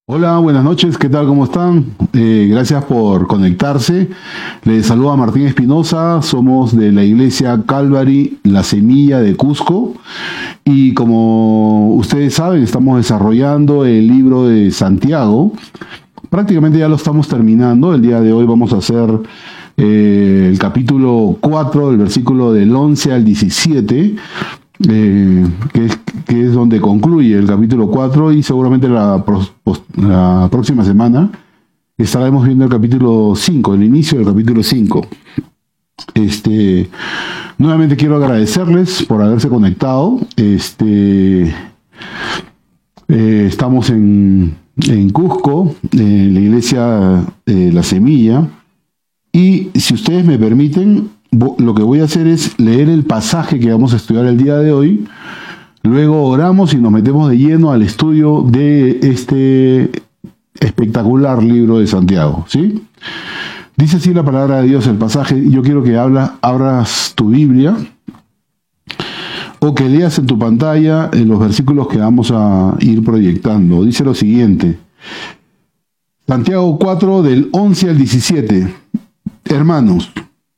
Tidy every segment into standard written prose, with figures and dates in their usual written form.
Hola, buenas noches, ¿qué tal? ¿Cómo están? Gracias por conectarse. Les saluda Martín Espinosa, somos de la iglesia Calvary La Semilla de Cusco y como ustedes saben estamos desarrollando el libro de Santiago. Prácticamente ya lo estamos terminando. El día de hoy vamos a hacer el capítulo 4, del versículo del 11 al 17, que es donde concluye el capítulo 4 y seguramente la próxima semana estaremos viendo el capítulo 5, el inicio del capítulo 5. Nuevamente quiero agradecerles por haberse conectado. Estamos en Cusco, en la iglesia La Semilla, y si ustedes me permiten, lo que voy a hacer es leer el pasaje que vamos a estudiar el día de hoy. Luego oramos y nos metemos de lleno al estudio de este espectacular libro de Santiago, ¿sí? Dice así la palabra de Dios, el pasaje. Yo quiero que abras tu Biblia o que leas en tu pantalla en los versículos que vamos a ir proyectando. Dice lo siguiente: Santiago 4, del 11 al 17. Hermanos,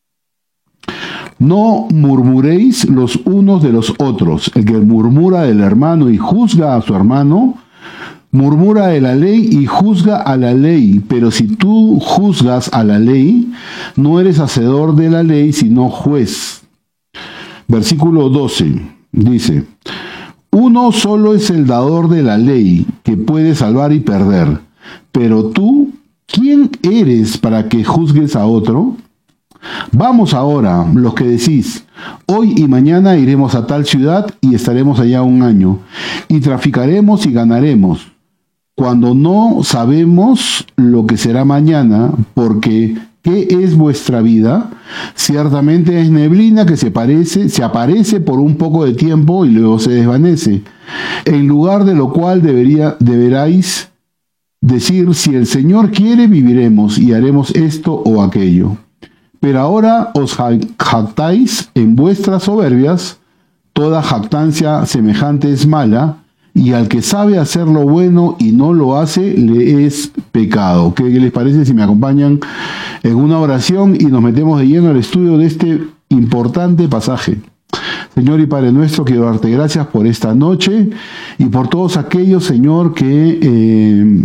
no murmuréis los unos de los otros. El que murmura del hermano y juzga a su hermano, murmura de la ley y juzga a la ley. Pero si tú juzgas a la ley, no eres hacedor de la ley, sino juez. Versículo 12 dice: uno solo es el dador de la ley, que puede salvar y perder. Pero tú, ¿quién eres para que juzgues a otro? Vamos ahora, los que decís, hoy y mañana iremos a tal ciudad y estaremos allá un año, y traficaremos y ganaremos, cuando no sabemos lo que será mañana, porque ¿qué es vuestra vida? Ciertamente es neblina que se aparece por un poco de tiempo y luego se desvanece. En lugar de lo cual deberáis decir, si el Señor quiere, viviremos y haremos esto o aquello. Pero ahora os jactáis en vuestras soberbias. Toda jactancia semejante es mala, y al que sabe hacer lo bueno y no lo hace, le es pecado. ¿Qué les parece si me acompañan en una oración y nos metemos de lleno al estudio de este importante pasaje? Señor y Padre nuestro, quiero darte gracias por esta noche y por todos aquellos, Señor, que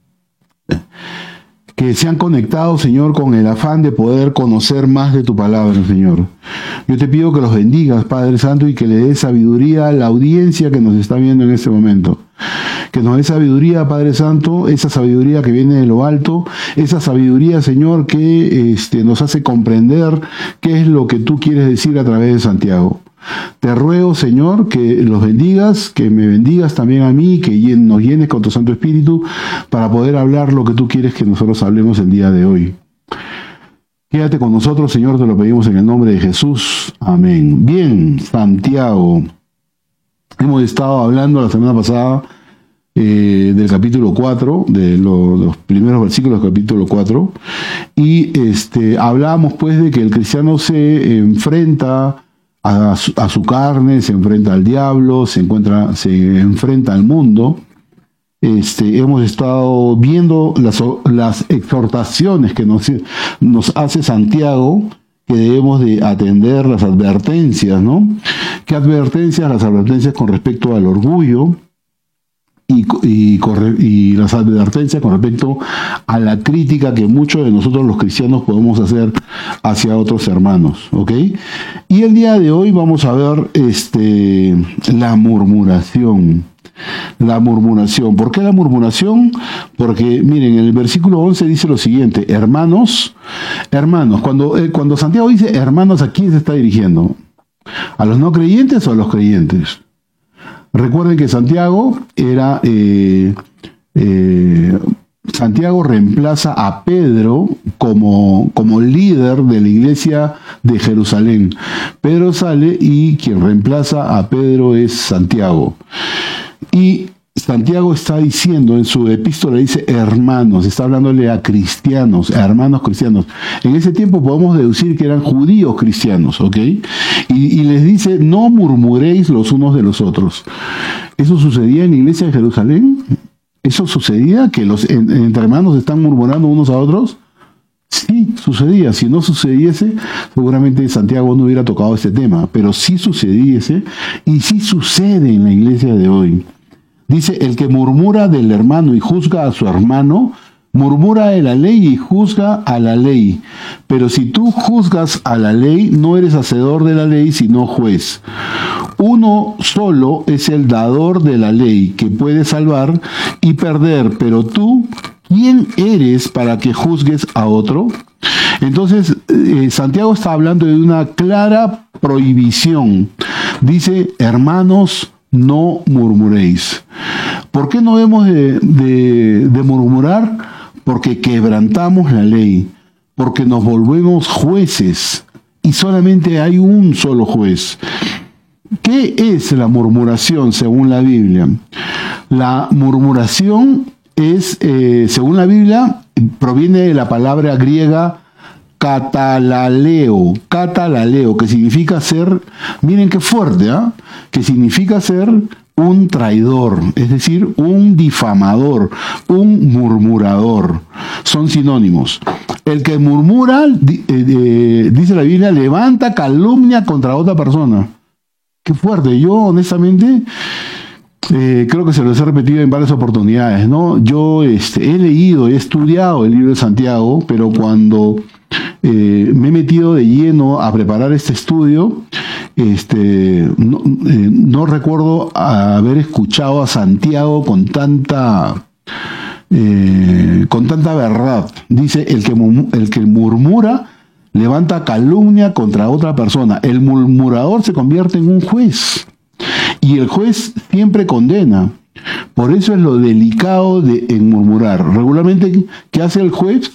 se han conectado, Señor, con el afán de poder conocer más de tu palabra, Señor. Yo te pido que los bendigas, Padre Santo, y que le des sabiduría a la audiencia que nos está viendo en este momento. Que nos dé sabiduría, Padre Santo, esa sabiduría que viene de lo alto, esa sabiduría, Señor, que nos hace comprender qué es lo que tú quieres decir a través de Santiago. Te ruego, Señor, que los bendigas, que me bendigas también a mí, que nos llenes con tu Santo Espíritu para poder hablar lo que tú quieres que nosotros hablemos el día de hoy. Quédate con nosotros, Señor, te lo pedimos en el nombre de Jesús. Amén. Bien, Santiago. Hemos estado hablando la semana pasada del capítulo 4, de los primeros versículos del capítulo 4, y hablábamos pues de que el cristiano se enfrenta a su carne, se enfrenta al diablo, se enfrenta al mundo. Hemos estado viendo las exhortaciones que nos hace Santiago, que debemos de atender, las advertencias, ¿no? ¿Qué advertencias? Las advertencias con respecto al orgullo y las advertencias con respecto a la crítica que muchos de nosotros los cristianos podemos hacer hacia otros hermanos, ¿ok? Y el día de hoy vamos a ver la murmuración. La murmuración. ¿Por qué la murmuración? Porque, miren, en el versículo 11 dice lo siguiente: hermanos, cuando Santiago dice hermanos, ¿a quién se está dirigiendo? ¿A los no creyentes o a los creyentes? Recuerden que Santiago Santiago reemplaza a Pedro como líder de la iglesia de Jerusalén. Pedro sale y quien reemplaza a Pedro es Santiago. Y Santiago está diciendo, en su epístola dice hermanos, está hablándole a cristianos, a hermanos cristianos. En ese tiempo podemos deducir que eran judíos cristianos, ¿ok? Y les dice, no murmuréis los unos de los otros. ¿Eso sucedía en la iglesia de Jerusalén? ¿Eso sucedía? ¿Que los entre hermanos están murmurando unos a otros? Sí, sucedía. Si no sucediese, seguramente Santiago no hubiera tocado este tema, pero sí sucediese y sí sucede en la iglesia de hoy. Dice, el que murmura del hermano y juzga a su hermano, murmura de la ley y juzga a la ley. Pero si tú juzgas a la ley, no eres hacedor de la ley, sino juez. Uno solo es el dador de la ley, que puede salvar y perder, pero tú, ¿quién eres para que juzgues a otro? Entonces, Santiago está hablando de una clara prohibición. Dice, hermanos, no murmuréis. ¿Por qué no debemos de murmurar? Porque quebrantamos la ley, porque nos volvemos jueces y solamente hay un solo juez. ¿Qué es la murmuración según la Biblia? La murmuración es, según la Biblia, proviene de la palabra griega catalaleo, que significa ser, miren qué fuerte, que significa ser un traidor, es decir, un difamador, un murmurador. Son sinónimos. El que murmura, dice la Biblia, levanta calumnia contra otra persona. Qué fuerte. Yo, honestamente, creo que se los he repetido en varias oportunidades, ¿no? Yo he leído, he estudiado el libro de Santiago, pero cuando me he metido de lleno a preparar este estudio, no recuerdo haber escuchado a Santiago con tanta verdad. Dice, el que murmura levanta calumnia contra otra persona. El murmurador se convierte en un juez. Y el juez siempre condena. Por eso es lo delicado en murmurar. Regularmente, ¿qué hace el juez?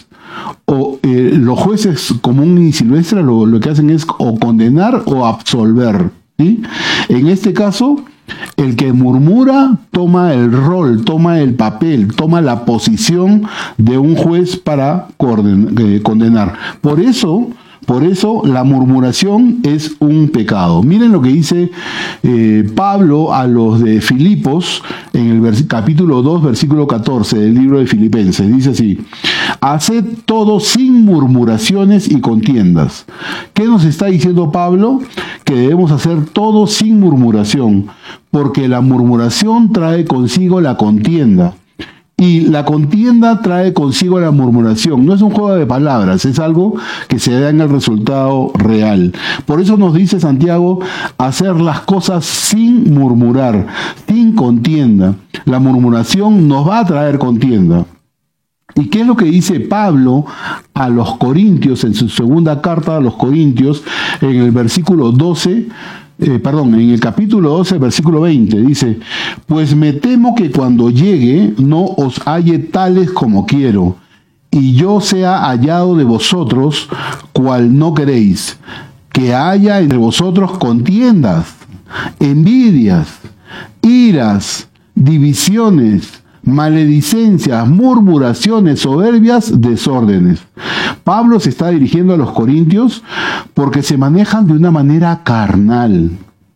Los jueces común y silvestre lo que hacen es o condenar o absolver, ¿sí? En este caso, el que murmura toma el rol, toma el papel, toma la posición de un juez para condenar. Por eso la murmuración es un pecado. Miren lo que dice Pablo a los de Filipos en el capítulo 2, versículo 14 del libro de Filipenses. Dice así, haced todo sin murmuraciones y contiendas. ¿Qué nos está diciendo Pablo? Que debemos hacer todo sin murmuración, porque la murmuración trae consigo la contienda. Y la contienda trae consigo la murmuración. No es un juego de palabras, es algo que se da en el resultado real. Por eso nos dice Santiago, hacer las cosas sin murmurar, sin contienda. La murmuración nos va a traer contienda. ¿Y qué es lo que dice Pablo a los Corintios, en su segunda carta a los Corintios, en el versículo 12? En el capítulo 12, versículo 20, dice, pues me temo que cuando llegue no os halle tales como quiero, y yo sea hallado de vosotros, cual no queréis, que haya entre vosotros contiendas, envidias, iras, divisiones, maledicencias, murmuraciones, soberbias, desórdenes. Pablo se está dirigiendo a los corintios porque se manejan de una manera carnal,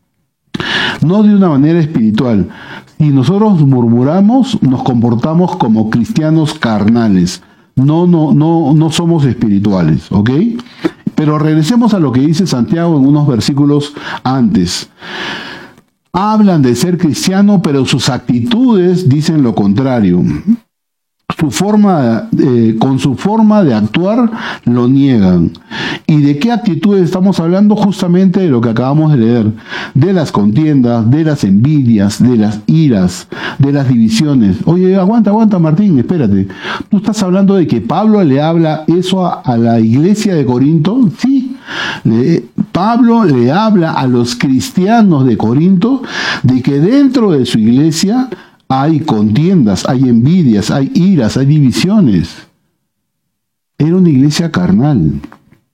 no de una manera espiritual. Si nosotros murmuramos, nos comportamos como cristianos carnales. No somos espirituales, ¿ok? Pero regresemos a lo que dice Santiago en unos versículos antes. Hablan de ser cristiano, pero sus actitudes dicen lo contrario. Con su forma de actuar lo niegan. ¿Y de qué actitudes estamos hablando? Justamente de lo que acabamos de leer, de las contiendas, de las envidias, de las iras, de las divisiones. Oye, aguanta Martín, espérate. ¿Tú estás hablando de que Pablo le habla eso a la iglesia de Corinto? Sí. Pablo le habla a los cristianos de Corinto de que dentro de su iglesia hay contiendas, hay envidias, hay iras, hay divisiones. Era una iglesia carnal.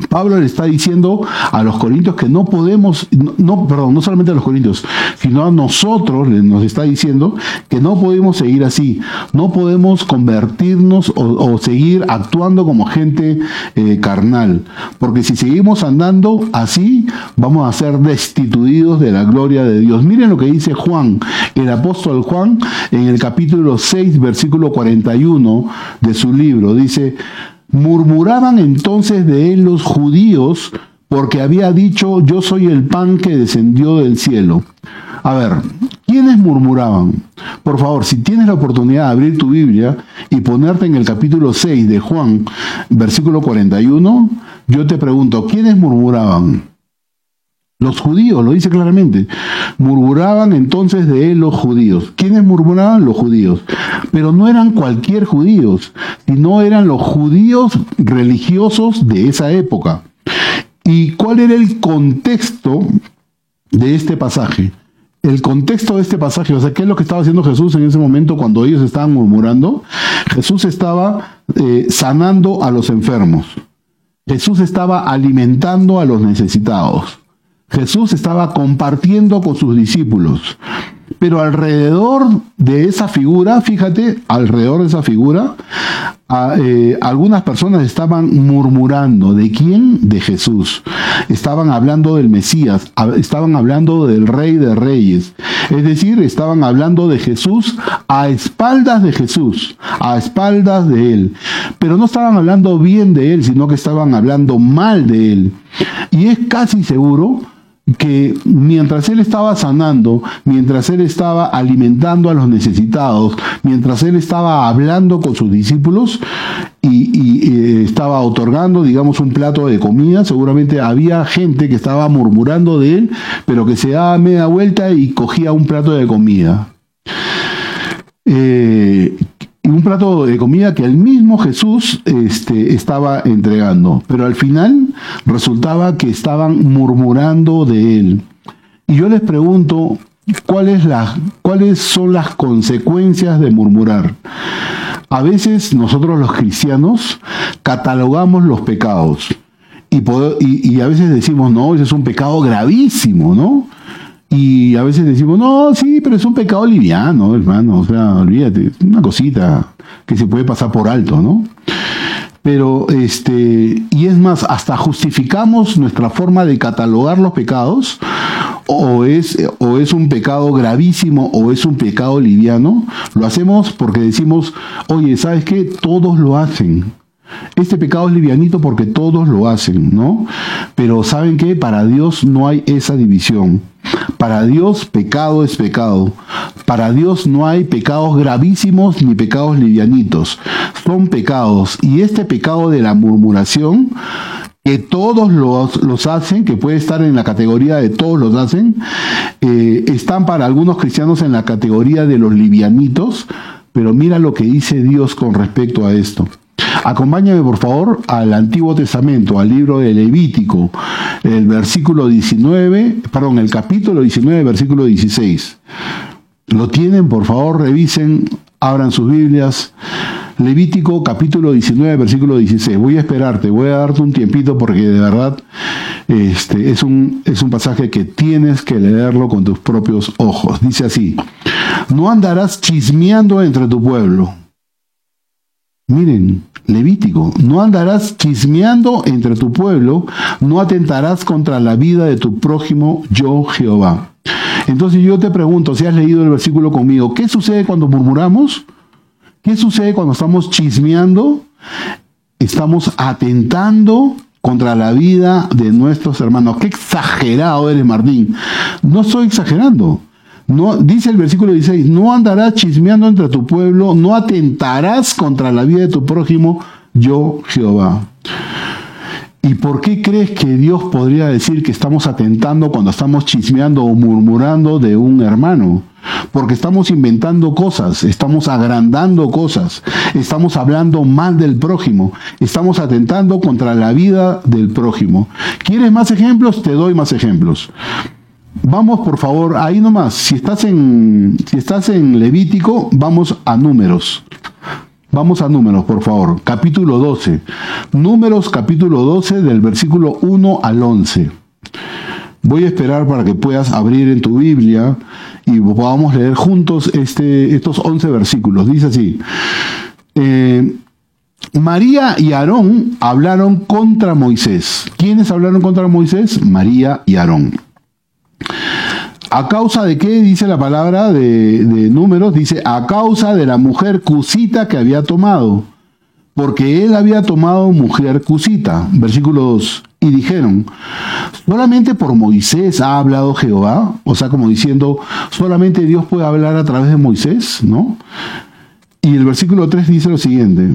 Pablo le está diciendo a los corintios que no podemos, no solamente a los corintios, sino a nosotros nos está diciendo que no podemos seguir así, no podemos convertirnos o seguir actuando como gente carnal, porque si seguimos andando así, vamos a ser destituidos de la gloria de Dios. Miren lo que dice Juan, el apóstol Juan, en el capítulo 6, versículo 41 de su libro, dice: murmuraban entonces de él los judíos porque había dicho: yo soy el pan que descendió del cielo. A ver, ¿quiénes murmuraban? Por favor, si tienes la oportunidad de abrir tu Biblia y ponerte en el capítulo 6 de Juan, versículo 41, yo te pregunto, ¿quiénes murmuraban? Los judíos, lo dice claramente. Murmuraban entonces de él los judíos. ¿Quiénes murmuraban? Los judíos. Pero no eran cualquier judíos, sino eran los judíos religiosos de esa época. ¿Y cuál era el contexto de este pasaje? El contexto de este pasaje, o sea, ¿qué es lo que estaba haciendo Jesús en ese momento cuando ellos estaban murmurando? Jesús estaba sanando a los enfermos. Jesús estaba alimentando a los necesitados. Jesús estaba compartiendo con sus discípulos. Pero alrededor de esa figura, fíjate, alrededor de esa figura, algunas personas estaban murmurando. ¿De quién? De Jesús. Estaban hablando del Mesías, estaban hablando del Rey de Reyes. Es decir, estaban hablando de Jesús a espaldas de Jesús, a espaldas de él. Pero no estaban hablando bien de él, sino que estaban hablando mal de él. Y es casi seguro que mientras él estaba sanando, mientras él estaba alimentando a los necesitados, mientras él estaba hablando con sus discípulos y estaba otorgando, digamos, un plato de comida, seguramente había gente que estaba murmurando de él, pero que se daba media vuelta y cogía un plato de comida. Un plato de comida que el mismo Jesús estaba entregando, pero al final resultaba que estaban murmurando de él. Y yo les pregunto, ¿cuáles son las consecuencias de murmurar? A veces nosotros los cristianos catalogamos los pecados y a veces decimos, no, ese es un pecado gravísimo, ¿no? Y a veces decimos, no, sí, pero es un pecado liviano, hermano, o sea, olvídate, una cosita que se puede pasar por alto, ¿no? Pero, y es más, hasta justificamos nuestra forma de catalogar los pecados, o es un pecado gravísimo, o es un pecado liviano. Lo hacemos porque decimos, oye, ¿sabes qué? Todos lo hacen. Este pecado es livianito porque todos lo hacen, ¿no? Pero ¿saben qué? Para Dios no hay esa división. Para Dios pecado es pecado. Para Dios no hay pecados gravísimos ni pecados livianitos. Son pecados. Y este pecado de la murmuración, que todos los hacen, que puede estar en la categoría de todos los hacen, están para algunos cristianos en la categoría de los livianitos. Pero mira lo que dice Dios con respecto a esto. Acompáñame por favor al Antiguo Testamento, al libro de Levítico, el capítulo 19, versículo 16. ¿Lo tienen? Por favor, revisen, abran sus Biblias. Levítico capítulo 19, versículo 16. Voy a esperarte, voy a darte un tiempito porque de verdad es un pasaje que tienes que leerlo con tus propios ojos. Dice así: no andarás chismeando entre tu pueblo. Miren, Levítico, no andarás chismeando entre tu pueblo, no atentarás contra la vida de tu prójimo, yo Jehová. Entonces yo te pregunto, si has leído el versículo conmigo, ¿qué sucede cuando murmuramos? ¿Qué sucede cuando estamos chismeando? Estamos atentando contra la vida de nuestros hermanos. ¡Qué exagerado eres, Martín! No estoy exagerando. No, dice el versículo 16, no andarás chismeando entre tu pueblo, no atentarás contra la vida de tu prójimo, yo Jehová. ¿Y por qué crees que Dios podría decir que estamos atentando cuando estamos chismeando o murmurando de un hermano? Porque estamos inventando cosas, estamos agrandando cosas, estamos hablando mal del prójimo, estamos atentando contra la vida del prójimo. ¿Quieres más ejemplos? Te doy más ejemplos. Vamos, por favor, ahí nomás. Si estás en Levítico, vamos a Números. Vamos a Números, por favor. Capítulo 12. Números, capítulo 12, del versículo 1 al 11. Voy a esperar para que puedas abrir en tu Biblia y podamos leer juntos estos 11 versículos. Dice así. María y Aarón hablaron contra Moisés. ¿Quiénes hablaron contra Moisés? María y Aarón. ¿A causa de qué? Dice la palabra de Números. Dice, a causa de la mujer cusita que había tomado. Porque él había tomado mujer cusita. Versículo 2. Y dijeron, ¿solamente por Moisés ha hablado Jehová? O sea, como diciendo, ¿solamente Dios puede hablar a través de Moisés? ¿No? Y el versículo 3 dice lo siguiente.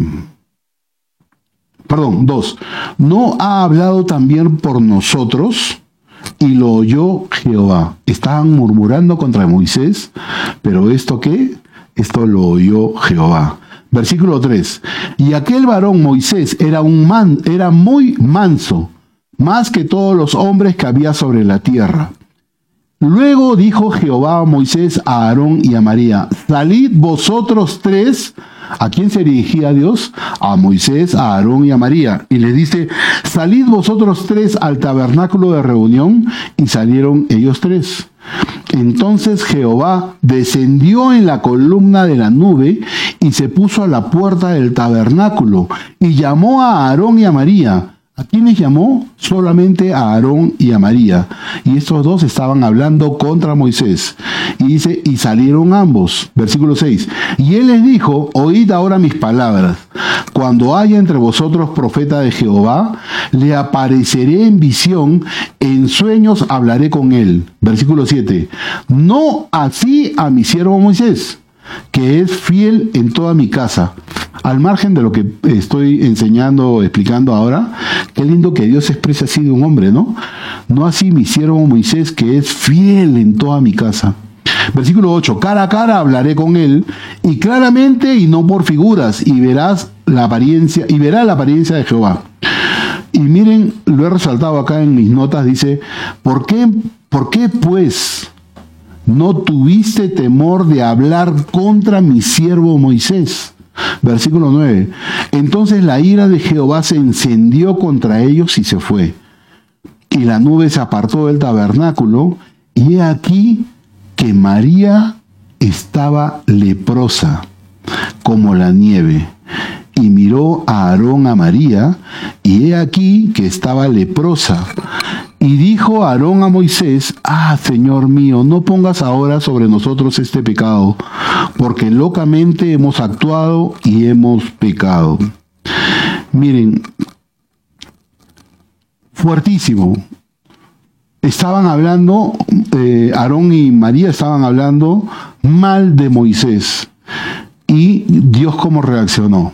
Perdón, 2. ¿No ha hablado también por nosotros? Y lo oyó Jehová. Estaban murmurando contra Moisés, pero ¿esto qué? Esto lo oyó Jehová. Versículo 3. Y aquel varón Moisés era muy manso, más que todos los hombres que había sobre la tierra. Luego dijo Jehová a Moisés, a Aarón y a María, salid vosotros tres. ¿A quién se dirigía Dios? A Moisés, a Aarón y a María. Y les dice, salid vosotros tres al tabernáculo de reunión. Y salieron ellos tres. Entonces Jehová descendió en la columna de la nube y se puso a la puerta del tabernáculo y llamó a Aarón y a María. ¿A quiénes llamó? Solamente a Aarón y a María. Y estos dos estaban hablando contra Moisés. Y dice, y salieron ambos. Versículo 6. Y él les dijo, oíd ahora mis palabras. Cuando haya entre vosotros profeta de Jehová, le apareceré en visión, en sueños hablaré con él. Versículo 7. No así a mi siervo Moisés, que es fiel en toda mi casa. Al margen de lo que estoy enseñando, explicando ahora, qué lindo que Dios se exprese así de un hombre, ¿no? No así mi siervo Moisés, que es fiel en toda mi casa. Versículo 8, cara a cara hablaré con él, y claramente y no por figuras, y verá la apariencia de Jehová. Y miren, lo he resaltado acá en mis notas, dice, ¿por qué pues no tuviste temor de hablar contra mi siervo Moisés? Versículo 9. Entonces la ira de Jehová se encendió contra ellos y se fue. Y la nube se apartó del tabernáculo, y he aquí que María estaba leprosa, como la nieve. Y miró a Aarón a María, y he aquí que estaba leprosa. Y dijo Aarón a Moisés, Señor mío, no pongas ahora sobre nosotros este pecado, porque locamente hemos actuado y hemos pecado. Miren, fuertísimo. Estaban hablando, Aarón y María estaban hablando mal de Moisés. Y Dios cómo reaccionó.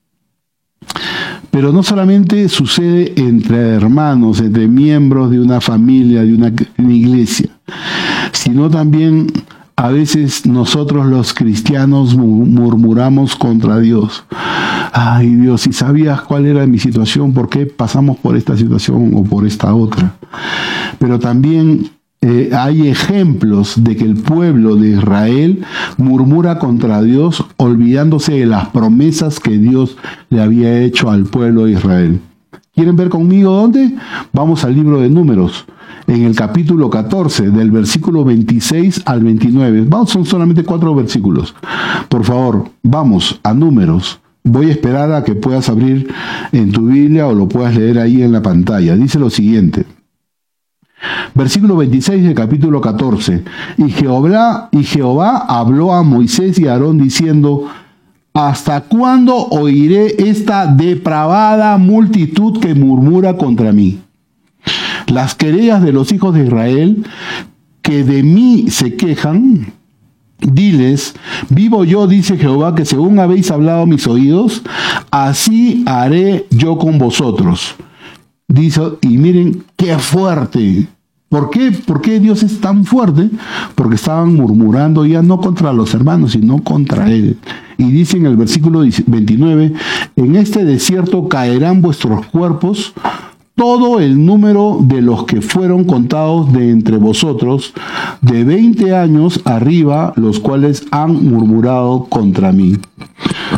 Pero no solamente sucede entre hermanos, entre miembros de una familia, de una iglesia, sino también a veces nosotros los cristianos murmuramos contra Dios. Ay Dios, si sabías cuál era mi situación, ¿por qué pasamos por esta situación o por esta otra? Pero también hay ejemplos de que el pueblo de Israel murmura contra Dios, olvidándose de las promesas que Dios le había hecho al pueblo de Israel. ¿Quieren ver conmigo dónde? Vamos al libro de Números, en el capítulo 14, del versículo 26 al 29. Son solamente 4 versículos. Por favor, vamos a Números. Voy a esperar a que puedas abrir en tu Biblia o lo puedas leer ahí en la pantalla. Dice lo siguiente. Versículo 26 del capítulo 14. Y Jehová habló a Moisés y a Aarón diciendo, ¿hasta cuándo oiré esta depravada multitud que murmura contra mí? Las querellas de los hijos de Israel que de mí se quejan, diles, vivo yo, dice Jehová, que según habéis hablado a mis oídos, así haré yo con vosotros. Dice, y miren qué fuerte. ¿Por qué? ¿Por qué Dios es tan fuerte? Porque estaban murmurando ya no contra los hermanos, sino contra él. Y dice en el versículo 29, en este desierto caerán vuestros cuerpos, todo el número de los que fueron contados de entre vosotros, de 20 años arriba, los cuales han murmurado contra mí.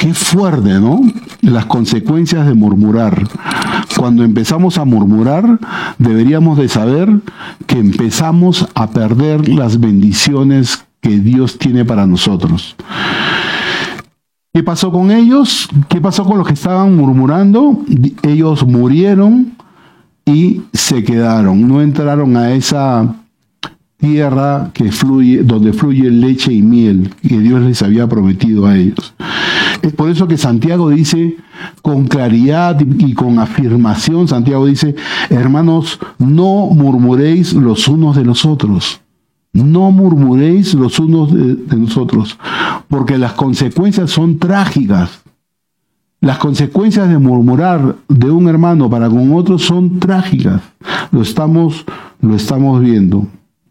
Qué fuerte, ¿no? Las consecuencias de murmurar. Cuando empezamos a murmurar, deberíamos de saber que empezamos a perder las bendiciones que Dios tiene para nosotros. ¿Qué pasó con ellos? ¿Qué pasó con los que estaban murmurando? Ellos murieron y se quedaron. No entraron a esa tierra que fluye, donde fluye leche y miel, que Dios les había prometido a ellos. Es por eso que Santiago dice con claridad y con afirmación, Santiago dice, hermanos, no murmuréis los unos de los otros. No murmuréis los unos de nosotros, porque las consecuencias son trágicas. Las consecuencias de murmurar de un hermano para con otro son trágicas. Lo estamos viendo.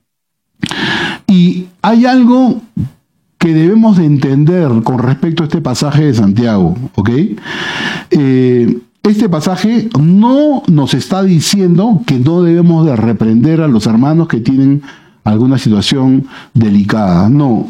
Y hay algo que debemos de entender con respecto a este pasaje de Santiago, ¿ok? Este pasaje no nos está diciendo que no debemos de reprender a los hermanos que tienen alguna situación delicada. No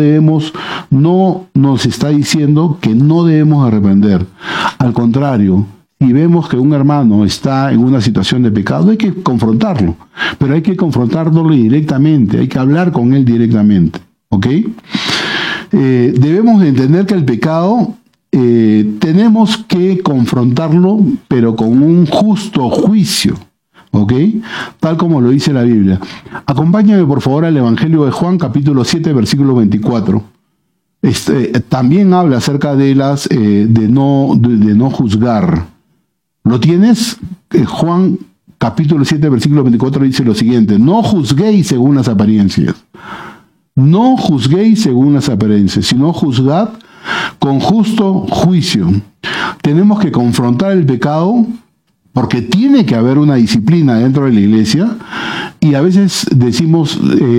nos está diciendo que no debemos de reprender. Al contrario, si vemos que un hermano está en una situación de pecado, hay que confrontarlo, pero hay que confrontarlo directamente, hay que hablar con él directamente, ¿ok? Debemos de entender que el pecado tenemos que confrontarlo, pero con un justo juicio, ¿ok? Tal como lo dice la Biblia. Acompáñame por favor al Evangelio de Juan, capítulo 7, versículo 24. También habla acerca de de no juzgar. ¿Lo tienes? Juan capítulo 7, versículo 24 dice lo siguiente: no juzguéis según las apariencias. No juzguéis según las apariencias, sino juzgad con justo juicio. Tenemos que confrontar el pecado porque tiene que haber una disciplina dentro de la iglesia, y a veces decimos,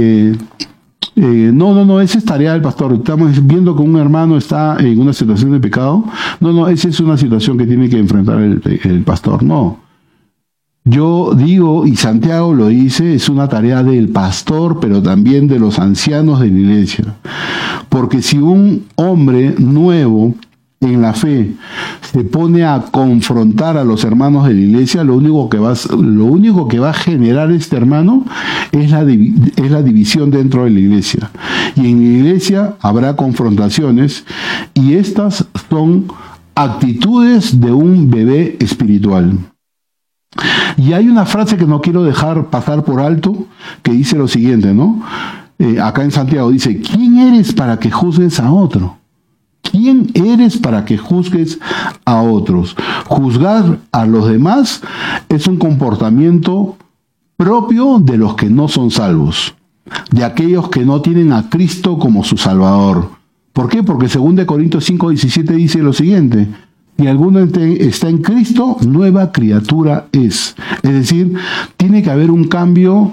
no, esa es tarea del pastor. Estamos viendo que un hermano está en una situación de pecado. No, esa es una situación que tiene que enfrentar el pastor. No. Yo digo, y Santiago lo dice, es una tarea del pastor, pero también de los ancianos de la iglesia. Porque si un hombre nuevo en la fe se pone a confrontar a los hermanos de la iglesia, lo único que va a generar este hermano es la división dentro de la iglesia. Y en la iglesia habrá confrontaciones, y estas son actitudes de un bebé espiritual. Y hay una frase que no quiero dejar pasar por alto, que dice lo siguiente, ¿no? Acá en Santiago dice: ¿quién eres para que juzgues a otro? ¿Quién eres para que juzgues a otros? Juzgar a los demás es un comportamiento propio de los que no son salvos, de aquellos que no tienen a Cristo como su Salvador. ¿Por qué? Porque 2 Corintios 5:17 dice lo siguiente: si alguno está en Cristo, nueva criatura es. Es decir, tiene que haber un cambio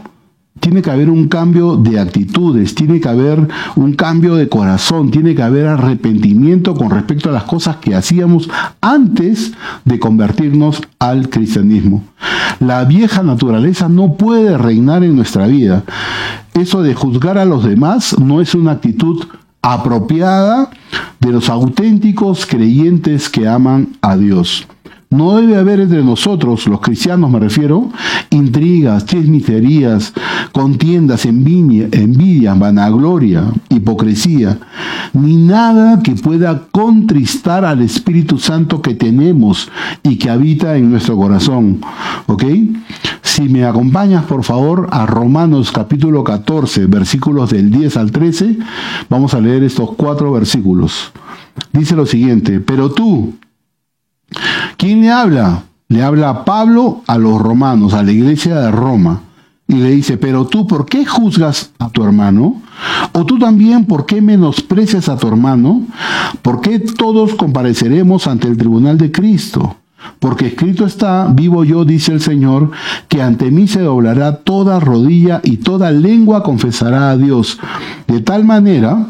de actitudes, tiene que haber un cambio de corazón, tiene que haber arrepentimiento con respecto a las cosas que hacíamos antes de convertirnos al cristianismo. La vieja naturaleza no puede reinar en nuestra vida. Eso de juzgar a los demás no es una actitud apropiada de los auténticos creyentes que aman a Dios. No debe haber entre nosotros, los cristianos me refiero, intrigas, chismerías, contiendas, envidia, vanagloria, hipocresía, ni nada que pueda contristar al Espíritu Santo que tenemos y que habita en nuestro corazón. ¿Ok? Si me acompañas, por favor, a Romanos capítulo 14, versículos del 10 al 13, vamos a leer estos 4 versículos. Dice lo siguiente: pero tú, ¿quién le habla? Le habla a Pablo a los romanos, a la iglesia de Roma, y le dice: pero tú, ¿por qué juzgas a tu hermano? ¿O tú también, por qué menosprecias a tu hermano? ¿Por qué todos compareceremos ante el tribunal de Cristo? Porque escrito está: vivo yo, dice el Señor, que ante mí se doblará toda rodilla y toda lengua confesará a Dios, de tal manera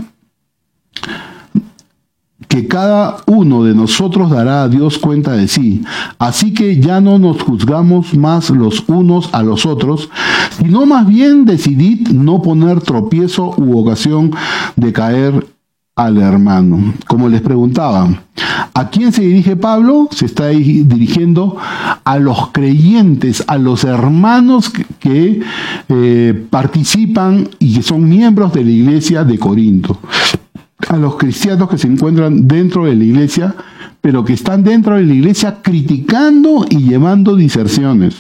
que cada uno de nosotros dará a Dios cuenta de sí. Así que ya no nos juzgamos más los unos a los otros, sino más bien decidid no poner tropiezo u ocasión de caer al hermano. Como les preguntaba, ¿a quién se dirige Pablo? Se está dirigiendo a los creyentes, a los hermanos que participan y que son miembros de la iglesia de Corinto. A los cristianos que se encuentran dentro de la iglesia, pero que están dentro de la iglesia criticando y llevando diserciones.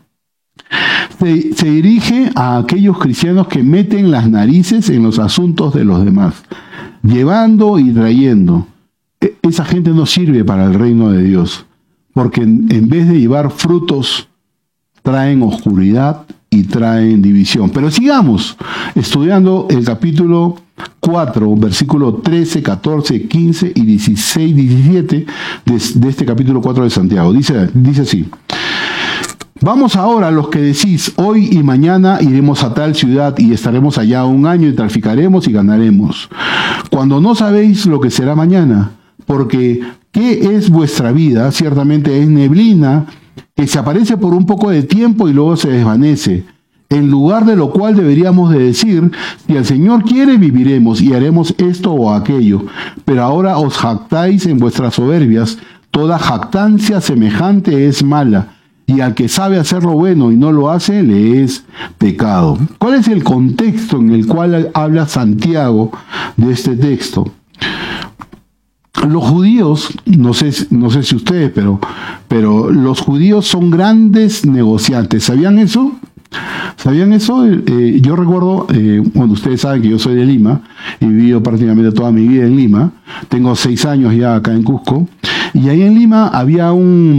Se dirige a aquellos cristianos que meten las narices en los asuntos de los demás, llevando y trayendo. Esa gente no sirve para el reino de Dios, porque en vez de llevar frutos, traen oscuridad y traen división. Pero sigamos estudiando el capítulo 4, versículo 13, 14, 15 y 16, 17 de este capítulo 4 de Santiago. Dice así: vamos ahora a los que decís, hoy y mañana iremos a tal ciudad y estaremos allá un año y traficaremos y ganaremos, cuando no sabéis lo que será mañana, porque ¿qué es vuestra vida? Ciertamente es neblina que se aparece por un poco de tiempo y luego se desvanece. En lugar de lo cual deberíamos de decir, si el Señor quiere, viviremos y haremos esto o aquello. Pero ahora os jactáis en vuestras soberbias. Toda jactancia semejante es mala, y al que sabe hacer lo bueno y no lo hace, le es pecado. ¿Cuál es el contexto en el cual habla Santiago de este texto? Los judíos, no sé si ustedes, pero los judíos son grandes negociantes. ¿Sabían eso? ¿Sabían eso? Yo recuerdo, bueno, ustedes saben que yo soy de Lima, he vivido prácticamente toda mi vida en Lima, tengo 6 años ya acá en Cusco, y ahí en Lima había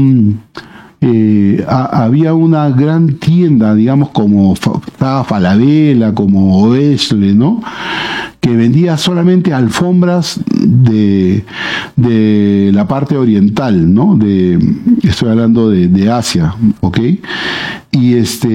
una gran tienda, digamos, como estaba Falabella, como Oesle, ¿no?, que vendía solamente alfombras de la parte oriental, ¿no? Estoy hablando de Asia, ¿ok? Y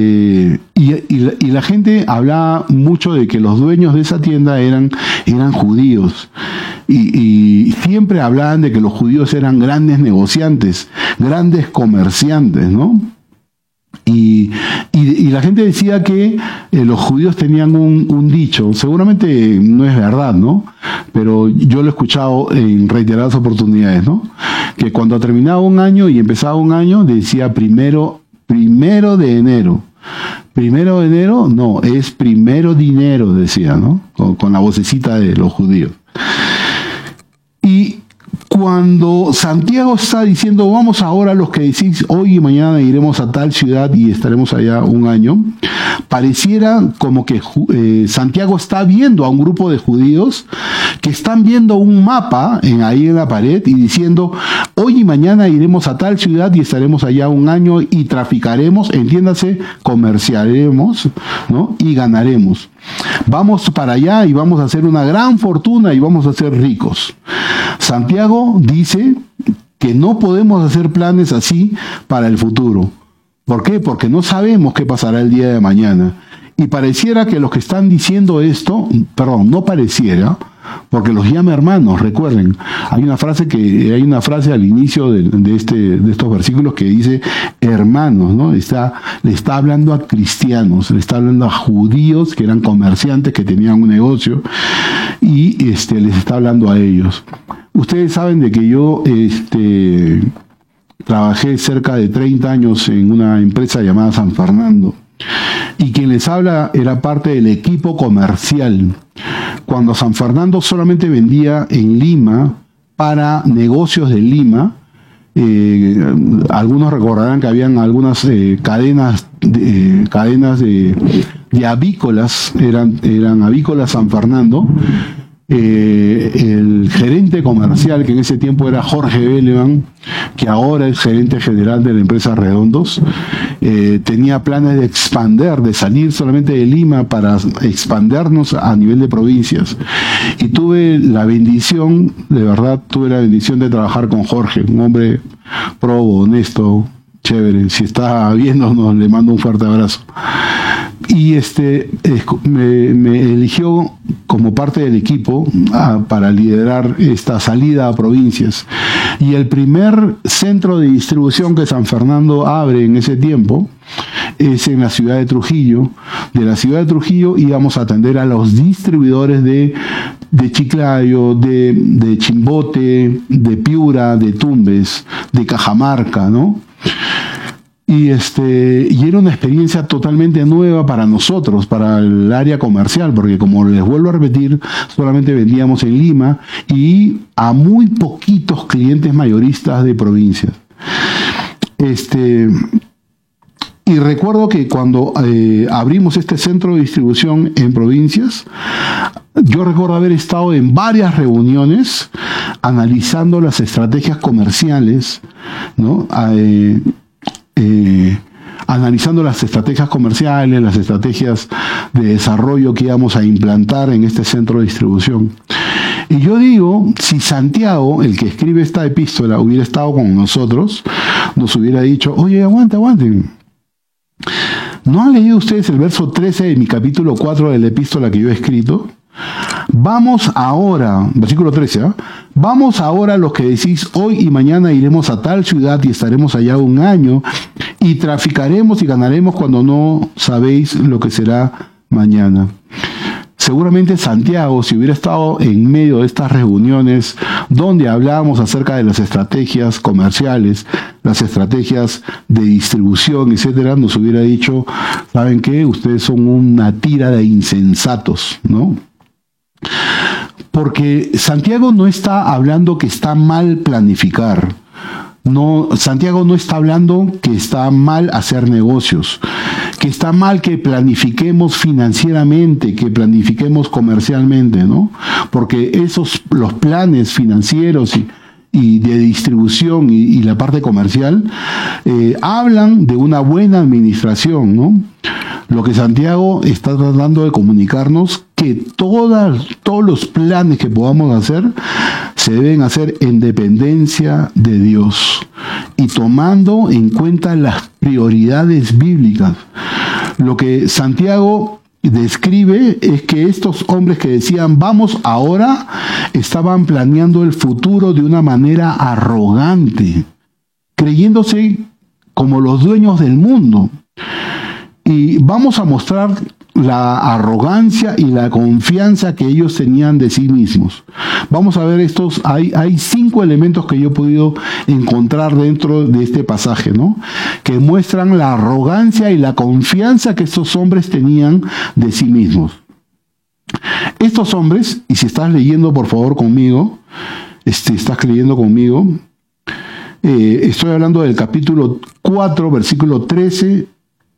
la gente hablaba mucho de que los dueños de esa tienda eran judíos. Y siempre hablaban de que los judíos eran grandes negociantes, grandes comerciantes, ¿no? Y la gente decía que los judíos tenían un dicho, seguramente no es verdad, ¿no? Pero yo lo he escuchado en reiteradas oportunidades, ¿no? Que cuando terminaba un año y empezaba un año, decía primero de enero. Primero de enero, no, es primero dinero, decía, ¿no? Con la vocecita de los judíos. Y cuando Santiago está diciendo, vamos ahora los que decís, hoy y mañana iremos a tal ciudad y estaremos allá un año, pareciera como que Santiago está viendo a un grupo de judíos que están viendo un mapa ahí en la pared y diciendo, hoy y mañana iremos a tal ciudad y estaremos allá un año y traficaremos, entiéndase, comerciaremos, ¿no?, y ganaremos. Vamos para allá y vamos a hacer una gran fortuna y vamos a ser ricos. Santiago dice que no podemos hacer planes así para el futuro. ¿Por qué? Porque no sabemos qué pasará el día de mañana. Y pareciera que los que están diciendo esto, no pareciera, porque los llama hermanos, recuerden, hay una frase al inicio de estos versículos que dice hermanos, ¿no? Le está hablando a cristianos, le está hablando a judíos que eran comerciantes, que tenían un negocio, y les está hablando a ellos. Ustedes saben de que yo trabajé cerca de 30 años en una empresa llamada San Fernando, y quien les habla era parte del equipo comercial. Cuando San Fernando solamente vendía en Lima para negocios de Lima, algunos recordarán que habían algunas cadenas de avícolas, eran avícolas San Fernando. El gerente comercial, que en ese tiempo era Jorge Beleman, que ahora es gerente general de la empresa Redondos, tenía planes de salir solamente de Lima para expandernos a nivel de provincias. Y tuve la bendición de trabajar con Jorge, un hombre probo, honesto, chévere. Si está viéndonos, le mando un fuerte abrazo. Y me eligió como parte del equipo para liderar esta salida a provincias. Y el primer centro de distribución que San Fernando abre en ese tiempo es en la ciudad de Trujillo. De la ciudad de Trujillo íbamos a atender a los distribuidores de de Chiclayo, de Chimbote, de Piura, de Tumbes, de Cajamarca, ¿no? Y era una experiencia totalmente nueva para nosotros, para el área comercial, porque como les vuelvo a repetir, solamente vendíamos en Lima y a muy poquitos clientes mayoristas de provincias. Y recuerdo que cuando abrimos este centro de distribución en provincias, yo recuerdo haber estado en varias reuniones analizando las estrategias comerciales, ¿no? Analizando las estrategias comerciales, las estrategias de desarrollo que íbamos a implantar en este centro de distribución. Y yo digo, si Santiago, el que escribe esta epístola, hubiera estado con nosotros, nos hubiera dicho, oye, aguanten. ¿No han leído ustedes el verso 13 de mi capítulo 4 de la epístola que yo he escrito? Vamos ahora, versículo 13, ¿eh? Vamos ahora los que decís, hoy y mañana iremos a tal ciudad y estaremos allá un año y traficaremos y ganaremos cuando no sabéis lo que será mañana. Seguramente Santiago, si hubiera estado en medio de estas reuniones donde hablábamos acerca de las estrategias comerciales, las estrategias de distribución, etcétera, nos hubiera dicho, ¿saben qué? Ustedes son una tira de insensatos, ¿no? Porque Santiago no está hablando que está mal planificar. No, Santiago no está hablando que está mal hacer negocios, que está mal que planifiquemos financieramente, que planifiquemos comercialmente, ¿no? Porque los planes financieros y de distribución y la parte comercial hablan de una buena administración, ¿no? Lo que Santiago está tratando de comunicarnos que todos los planes que podamos hacer se deben hacer en dependencia de Dios y tomando en cuenta las prioridades bíblicas. Lo que Santiago describe es que estos hombres que decían vamos ahora estaban planeando el futuro de una manera arrogante, creyéndose como los dueños del mundo. Y vamos a mostrar la arrogancia y la confianza que ellos tenían de sí mismos. Vamos a ver hay 5 elementos que yo he podido encontrar dentro de este pasaje, ¿no? Que muestran la arrogancia y la confianza que estos hombres tenían de sí mismos. Estos hombres, y si estás leyendo por favor conmigo, estás leyendo conmigo, estoy hablando del capítulo 4, versículo 13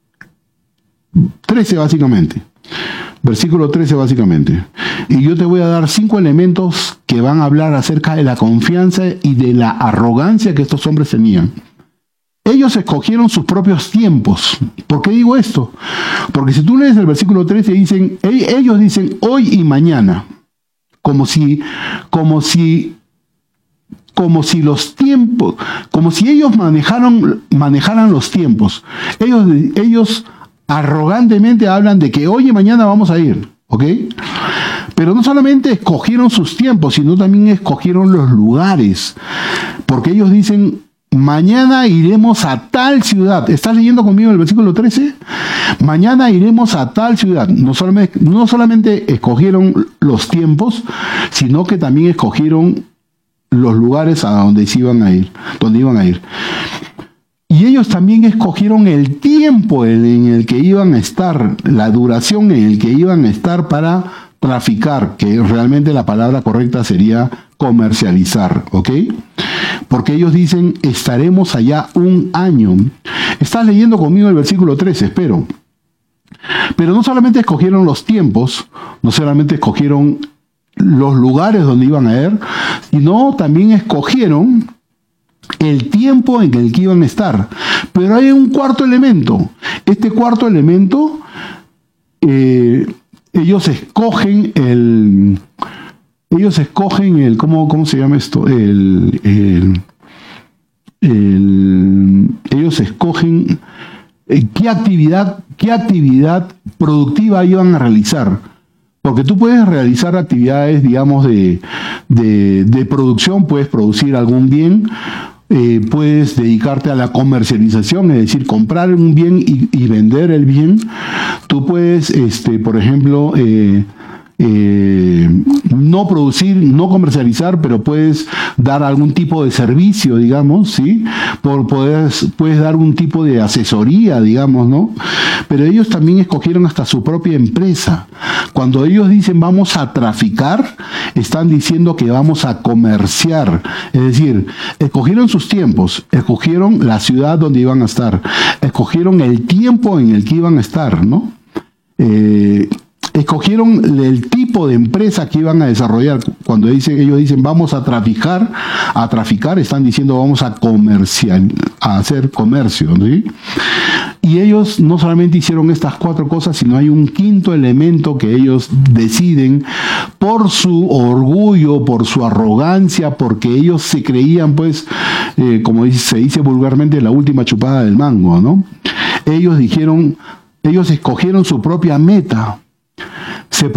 básicamente. Versículo 13 básicamente. Y yo te voy a dar 5 elementos que van a hablar acerca de la confianza y de la arrogancia que estos hombres tenían. Ellos escogieron sus propios tiempos. ¿Por qué digo esto? Porque si tú lees el versículo 13, ellos dicen hoy y mañana. Como si los tiempos, como si ellos manejaran los tiempos. Ellos arrogantemente hablan de que hoy y mañana vamos a ir, ¿ok? Pero no solamente escogieron sus tiempos, sino también escogieron los lugares, porque ellos dicen, mañana iremos a tal ciudad. ¿Estás leyendo conmigo el versículo 13? Mañana iremos a tal ciudad. No solamente escogieron los tiempos, sino que también escogieron los lugares a donde iban a ir. Y ellos también escogieron el tiempo en el que iban a estar, la duración en el que iban a estar para traficar, que realmente la palabra correcta sería comercializar, ¿ok? Porque ellos dicen, estaremos allá un año. Estás leyendo conmigo el versículo 13, espero. Pero no solamente escogieron los tiempos, no solamente escogieron los lugares donde iban a ir, sino también escogieron el tiempo en el que iban a estar. Pero hay un cuarto elemento. Este cuarto elemento, ellos escogen ¿cómo se llama esto? Ellos escogen qué actividad productiva iban a realizar. Porque tú puedes realizar actividades, digamos, de producción, puedes producir algún bien, puedes dedicarte a la comercialización, es decir, comprar un bien y vender el bien. Tú puedes, por ejemplo, no producir, no comercializar, pero puedes dar algún tipo de servicio, digamos, ¿sí? Puedes dar un tipo de asesoría, digamos, ¿no? Pero ellos también escogieron hasta su propia empresa. Cuando ellos dicen vamos a traficar, están diciendo que vamos a comerciar. Es decir, escogieron sus tiempos, escogieron la ciudad donde iban a estar, escogieron el tiempo en el que iban a estar, ¿no? Escogieron el tipo de empresa que iban a desarrollar. Cuando ellos dicen vamos a traficar, están diciendo vamos a hacer comercio, ¿sí? Y ellos no solamente hicieron estas 4 cosas, sino hay un quinto elemento que ellos deciden por su orgullo, por su arrogancia, porque ellos se creían, pues, como se dice vulgarmente, la última chupada del mango, ¿no? Ellos escogieron su propia meta. Se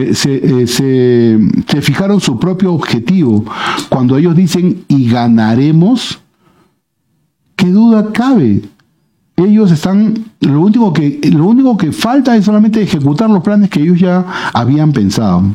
fijaron su propio objetivo. Cuando ellos dicen y ganaremos, ¿qué duda cabe? Ellos están, lo único que falta es solamente ejecutar los planes que ellos ya habían pensado.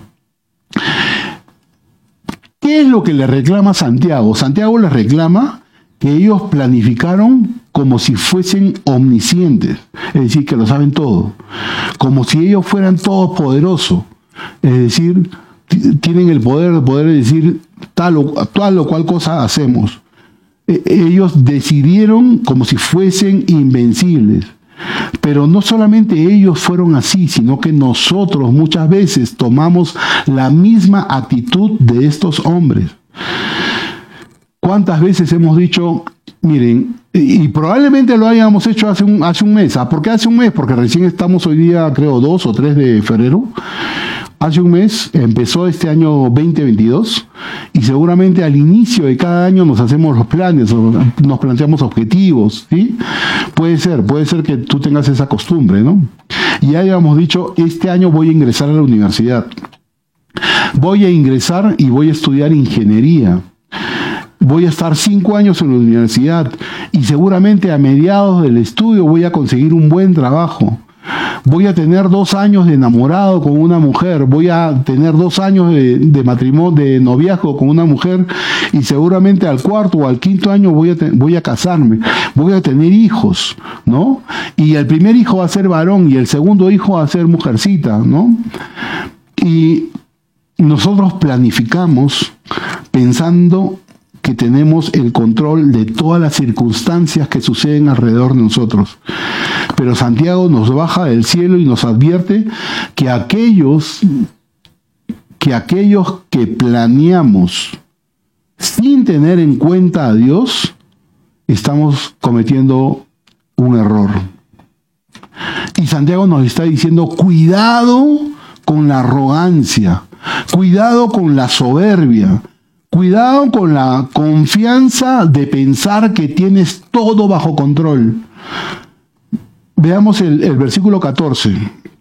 ¿Qué es lo que le reclama Santiago? Santiago les reclama que ellos planificaron como si fuesen omniscientes, es decir, que lo saben todo, como si ellos fueran todopoderosos, es decir, tienen el poder de poder decir tal o cual cosa hacemos. Ellos decidieron como si fuesen invencibles. Pero no solamente ellos fueron así, sino que nosotros muchas veces tomamos la misma actitud de estos hombres. ¿Cuántas veces hemos dicho, miren, y probablemente lo hayamos hecho hace un mes? ¿Por qué hace un mes? Porque recién estamos hoy día, creo, 2 o 3 de febrero. Hace un mes empezó este año 2022 y seguramente al inicio de cada año nos hacemos los planes, o nos planteamos objetivos, ¿sí? Puede ser que tú tengas esa costumbre, ¿no? Y ya habíamos dicho, este año voy a ingresar a la universidad. Voy a ingresar y voy a estudiar ingeniería. Voy a estar 5 años en la universidad y seguramente a mediados del estudio voy a conseguir un buen trabajo. Voy a tener 2 años de enamorado con una mujer, voy a tener 2 años de matrimonio, de noviazgo con una mujer, y seguramente al 4º o al 5º año voy a casarme, voy a tener hijos, ¿no? Y el primer hijo va a ser varón y el segundo hijo va a ser mujercita, ¿no? Y nosotros planificamos pensando que tenemos el control de todas las circunstancias que suceden alrededor de nosotros. Pero Santiago nos baja del cielo y nos advierte que aquellos que planeamos sin tener en cuenta a Dios, estamos cometiendo un error. Y Santiago nos está diciendo, cuidado con la arrogancia, cuidado con la soberbia, cuidado con la confianza de pensar que tienes todo bajo control. Veamos el versículo 14.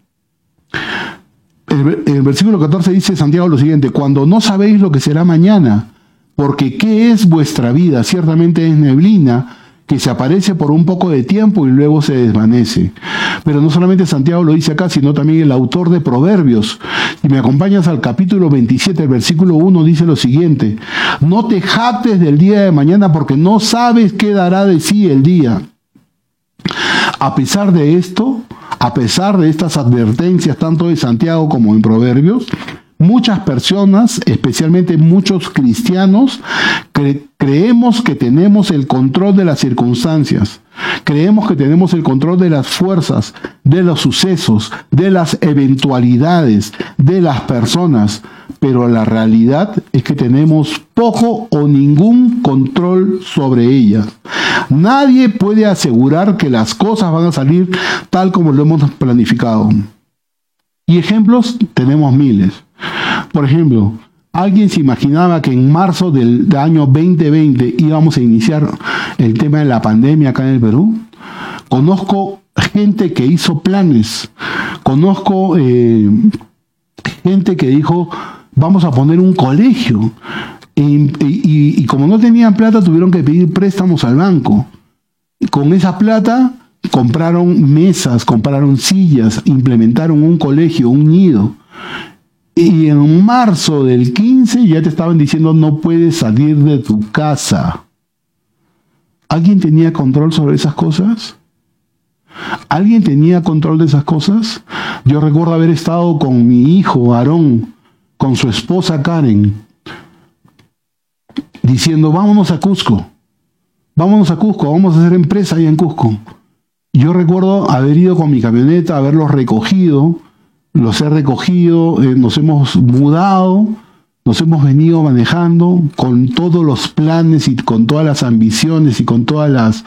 El versículo 14 dice Santiago lo siguiente: cuando no sabéis lo que será mañana, porque ¿qué es vuestra vida? Ciertamente es neblina que se aparece por un poco de tiempo y luego se desvanece. Pero no solamente Santiago lo dice acá, sino también el autor de Proverbios. Si me acompañas al capítulo 27, el versículo 1 dice lo siguiente: no te jactes del día de mañana, porque no sabes qué dará de sí el día. A pesar de esto, a pesar de estas advertencias tanto de Santiago como en Proverbios, muchas personas, especialmente muchos cristianos, creemos que tenemos el control de las circunstancias. Creemos que tenemos el control de las fuerzas, de los sucesos, de las eventualidades, de las personas. Pero la realidad es que tenemos poco o ningún control sobre ellas. Nadie puede asegurar que las cosas van a salir tal como lo hemos planificado. Y ejemplos tenemos miles. Por ejemplo, ¿alguien se imaginaba que en marzo del año 2020 íbamos a iniciar el tema de la pandemia acá en el Perú? Conozco gente que hizo planes. Conozco gente que dijo, vamos a poner un colegio. Y como no tenían plata, tuvieron que pedir préstamos al banco. Con esa plata compraron mesas, compraron sillas, implementaron un colegio, un nido. Y en marzo del 15 ya te estaban diciendo no puedes salir de tu casa. ¿Alguien tenía control sobre esas cosas? ¿Alguien tenía control de esas cosas? Yo recuerdo haber estado con mi hijo Aarón, con su esposa Karen, diciendo vámonos a Cusco, vamos a hacer empresa allá en Cusco. Yo recuerdo haber ido con mi camioneta, haberlos recogido, los he recogido, nos hemos mudado, nos hemos venido manejando con todos los planes y con todas las ambiciones y con todas las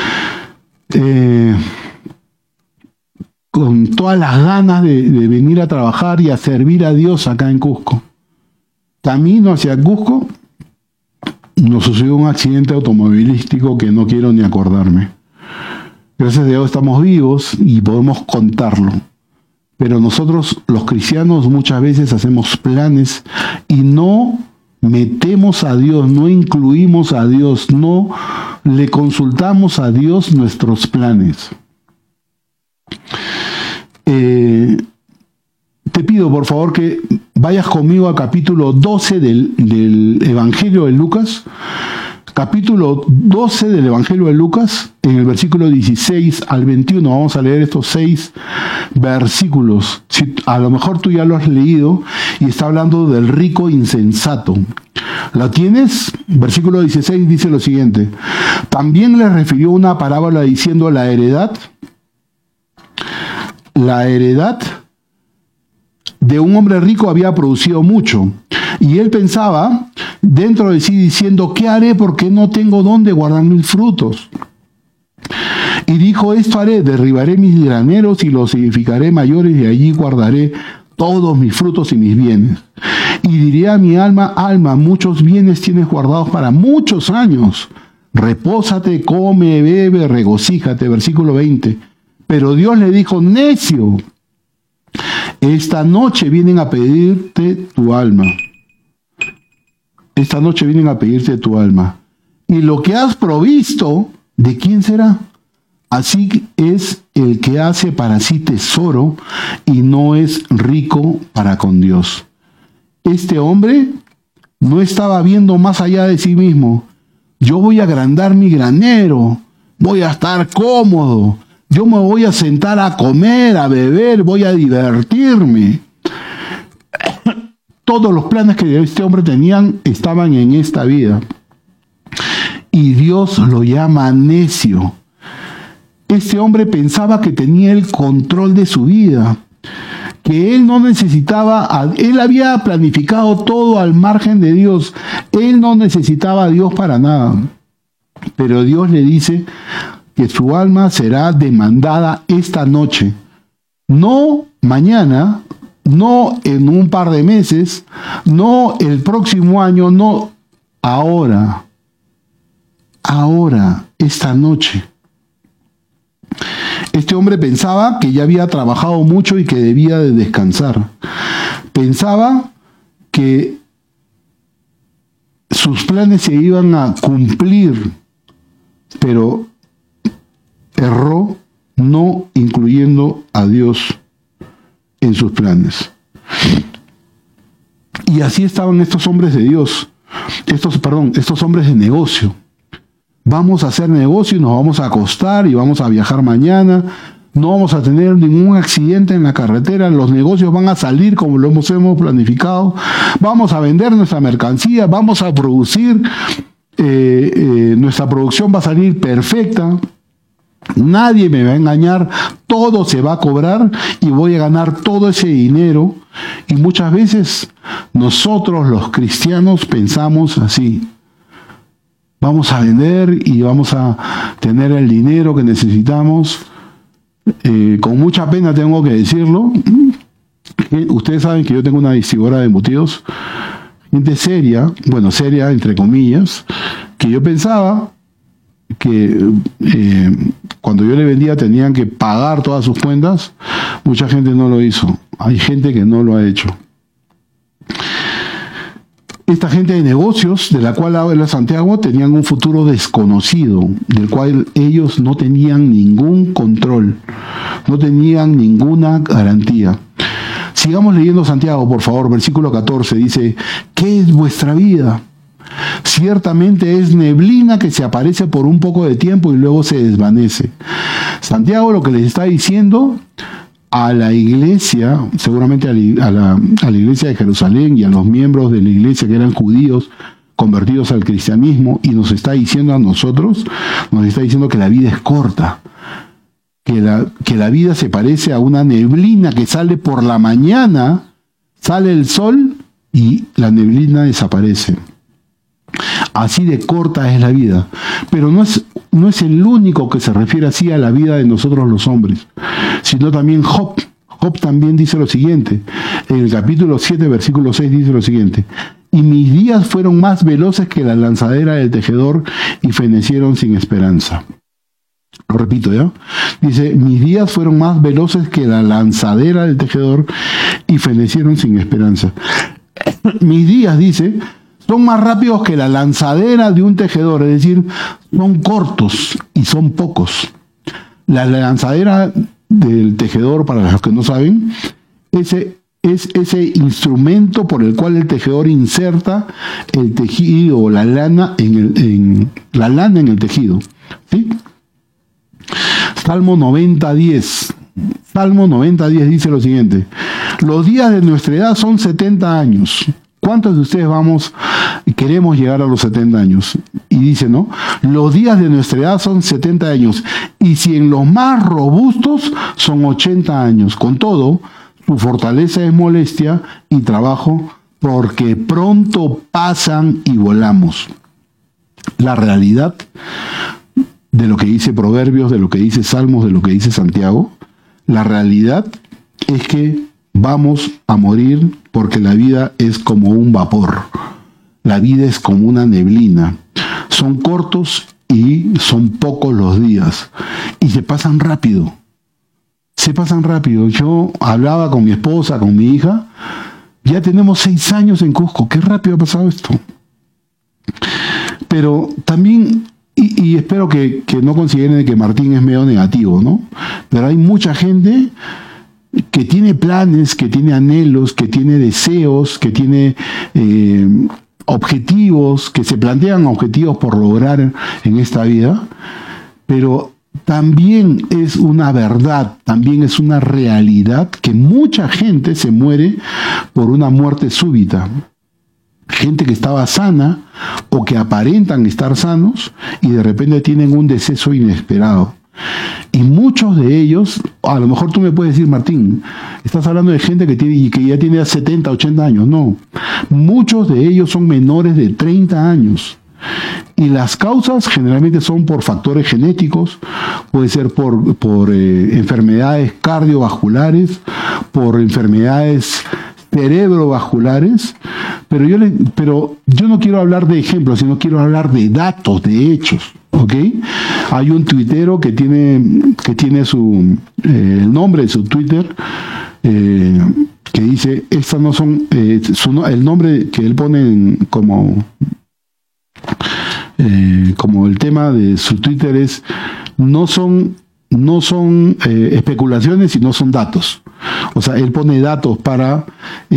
ganas de venir a trabajar y a servir a Dios acá en Cusco. Camino hacia Cusco nos sucedió un accidente automovilístico que no quiero ni acordarme. Gracias a Dios estamos vivos y podemos contarlo. Pero nosotros, los cristianos, muchas veces hacemos planes y no metemos a Dios, no incluimos a Dios, no le consultamos a Dios nuestros planes. Te pido, por favor, que vayas conmigo al capítulo 12 del Evangelio de Lucas. Capítulo 12 del Evangelio de Lucas, en el versículo 16 al 21. Vamos a leer estos 6 versículos. A lo mejor tú ya lo has leído y está hablando del rico insensato. ¿La tienes? Versículo 16 dice lo siguiente. También le refirió una parábola diciendo la heredad de un hombre rico había producido mucho. Y él pensaba dentro de sí diciendo, ¿qué haré porque no tengo dónde guardar mis frutos? Y dijo, esto haré, derribaré mis graneros y los edificaré mayores y allí guardaré todos mis frutos y mis bienes. Y diré a mi alma, alma, muchos bienes tienes guardados para muchos años. Repósate, come, bebe, regocíjate. Versículo 20. Pero Dios le dijo, necio, esta noche vienen a pedirte tu alma. Esta noche vienen a pedirte tu alma. Y lo que has provisto, ¿de quién será? Así es el que hace para sí tesoro y no es rico para con Dios. Este hombre no estaba viendo más allá de sí mismo. Yo voy a agrandar mi granero, voy a estar cómodo, yo me voy a sentar a comer, a beber, voy a divertirme. Todos los planes que este hombre tenía estaban en esta vida. Y Dios lo llama necio. Este hombre pensaba que tenía el control de su vida, que él no necesitaba, él había planificado todo al margen de Dios. Él no necesitaba a Dios para nada. Pero Dios le dice que su alma será demandada esta noche. No mañana, no en un par de meses, no el próximo año, no ahora. Ahora, esta noche. Este hombre pensaba que ya había trabajado mucho y que debía de descansar. Pensaba que sus planes se iban a cumplir, pero erró no incluyendo a Dios en sus planes. Y así estaban estos hombres de Dios, estos hombres de negocio. Vamos a hacer negocio y nos vamos a acostar y vamos a viajar mañana. No vamos a tener ningún accidente en la carretera. Los negocios van a salir como lo hemos planificado. Vamos a vender nuestra mercancía. Vamos a producir. Nuestra producción va a salir perfecta. Nadie me va a engañar. Todo se va a cobrar y voy a ganar todo ese dinero. Y muchas veces nosotros los cristianos pensamos así. Vamos a vender y vamos a tener el dinero que necesitamos. Con mucha pena tengo que decirlo. Ustedes saben que yo tengo una distribuidora de embutidos. Gente seria, bueno, seria entre comillas, que yo pensaba que cuando yo le vendía tenían que pagar todas sus cuentas. Mucha gente no lo hizo. Hay gente que no lo ha hecho. Esta gente de negocios, de la cual habla Santiago, tenían un futuro desconocido, del cual ellos no tenían ningún control, no tenían ninguna garantía. Sigamos leyendo Santiago, por favor, versículo 14, dice, ¿qué es vuestra vida? Ciertamente es neblina que se aparece por un poco de tiempo y luego se desvanece. Santiago lo que les está diciendo a la iglesia, seguramente a la iglesia de Jerusalén y a los miembros de la iglesia que eran judíos convertidos al cristianismo, y nos está diciendo a nosotros, nos está diciendo que la vida es corta, que la vida se parece a una neblina que sale por la mañana, sale el sol y la neblina desaparece. Así de corta es la vida. Pero no es el único que se refiere así a la vida de nosotros los hombres, sino también Job. Job también dice lo siguiente. En el capítulo 7, versículo 6 dice lo siguiente. Y mis días fueron más veloces que la lanzadera del tejedor y fenecieron sin esperanza. Lo repito, ¿ya? Dice, mis días fueron más veloces que la lanzadera del tejedor y fenecieron sin esperanza. Mis días, dice, son más rápidos que la lanzadera de un tejedor, es decir, son cortos y son pocos. La lanzadera del tejedor, para los que no saben, es ese instrumento por el cual el tejedor inserta el tejido o la lana en el tejido. ¿Sí? Salmo 90:10. Salmo 90:10 dice lo siguiente. Los días de nuestra edad son 70 años. ¿Cuántos de ustedes queremos llegar a los 70 años? Y dice, ¿no? Los días de nuestra edad son 70 años. Y si en los más robustos son 80 años. Con todo, su fortaleza es molestia y trabajo, porque pronto pasan y volamos. La realidad de lo que dice Proverbios, de lo que dice Salmos, de lo que dice Santiago, la realidad es que vamos a morir porque la vida es como un vapor. La vida es como una neblina. Son cortos y son pocos los días. Y se pasan rápido. Se pasan rápido. Yo hablaba con mi esposa, con mi hija. Ya tenemos 6 años en Cusco. Qué rápido ha pasado esto. Pero también, y espero que no consideren que Martín es medio negativo, ¿no? Pero hay mucha gente que tiene planes, que tiene anhelos, que tiene deseos, que tiene objetivos, que se plantean objetivos por lograr en esta vida, pero también es una verdad, también es una realidad que mucha gente se muere por una muerte súbita. Gente que estaba sana o que aparentan estar sanos y de repente tienen un deceso inesperado. Y muchos de ellos, a lo mejor tú me puedes decir, Martín, estás hablando de gente que ya tiene 70, 80 años. No, muchos de ellos son menores de 30 años. Y las causas generalmente son por factores genéticos, puede ser por enfermedades cardiovasculares, por enfermedades cerebrovasculares, pero yo no quiero hablar de ejemplos, sino quiero hablar de datos, de hechos. ¿Ok? Hay un tuitero que tiene el nombre de su Twitter que dice, estas no son el nombre que él pone como el tema de su Twitter es no son especulaciones, sino son datos. O sea, él pone datos para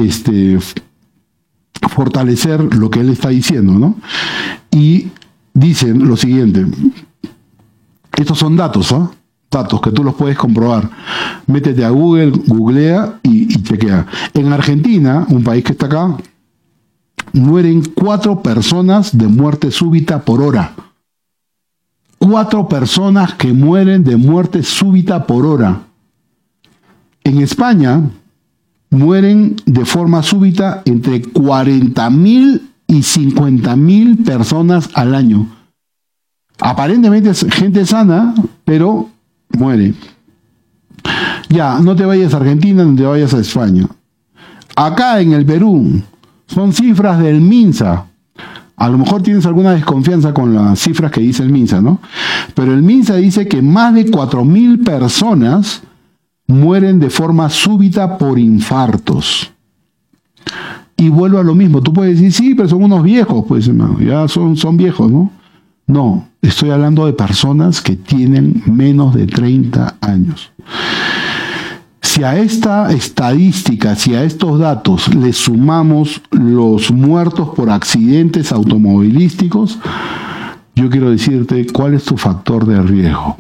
fortalecer lo que él está diciendo, ¿no? Y dicen lo siguiente. Estos son datos, ¿eh? Datos que tú los puedes comprobar. Métete a Google, googlea y chequea. En Argentina, un país que está acá, mueren 4 personas de muerte súbita por hora. 4 personas que mueren de muerte súbita por hora. En España mueren de forma súbita entre 40.000 y 50.000 personas al año. Aparentemente es gente sana, pero muere. Ya, no te vayas a Argentina, no te vayas a España. Acá en el Perú, son cifras del MINSA. A lo mejor tienes alguna desconfianza con las cifras que dice el MINSA, ¿no? Pero el MINSA dice que más de 4.000 personas mueren de forma súbita por infartos. Y vuelvo a lo mismo. Tú puedes decir, sí, pero son unos viejos, pues, hermano, ya son viejos, ¿no? No, estoy hablando de personas que tienen menos de 30 años. Si a esta estadística, si a estos datos le sumamos los muertos por accidentes automovilísticos, yo quiero decirte cuál es tu factor de riesgo.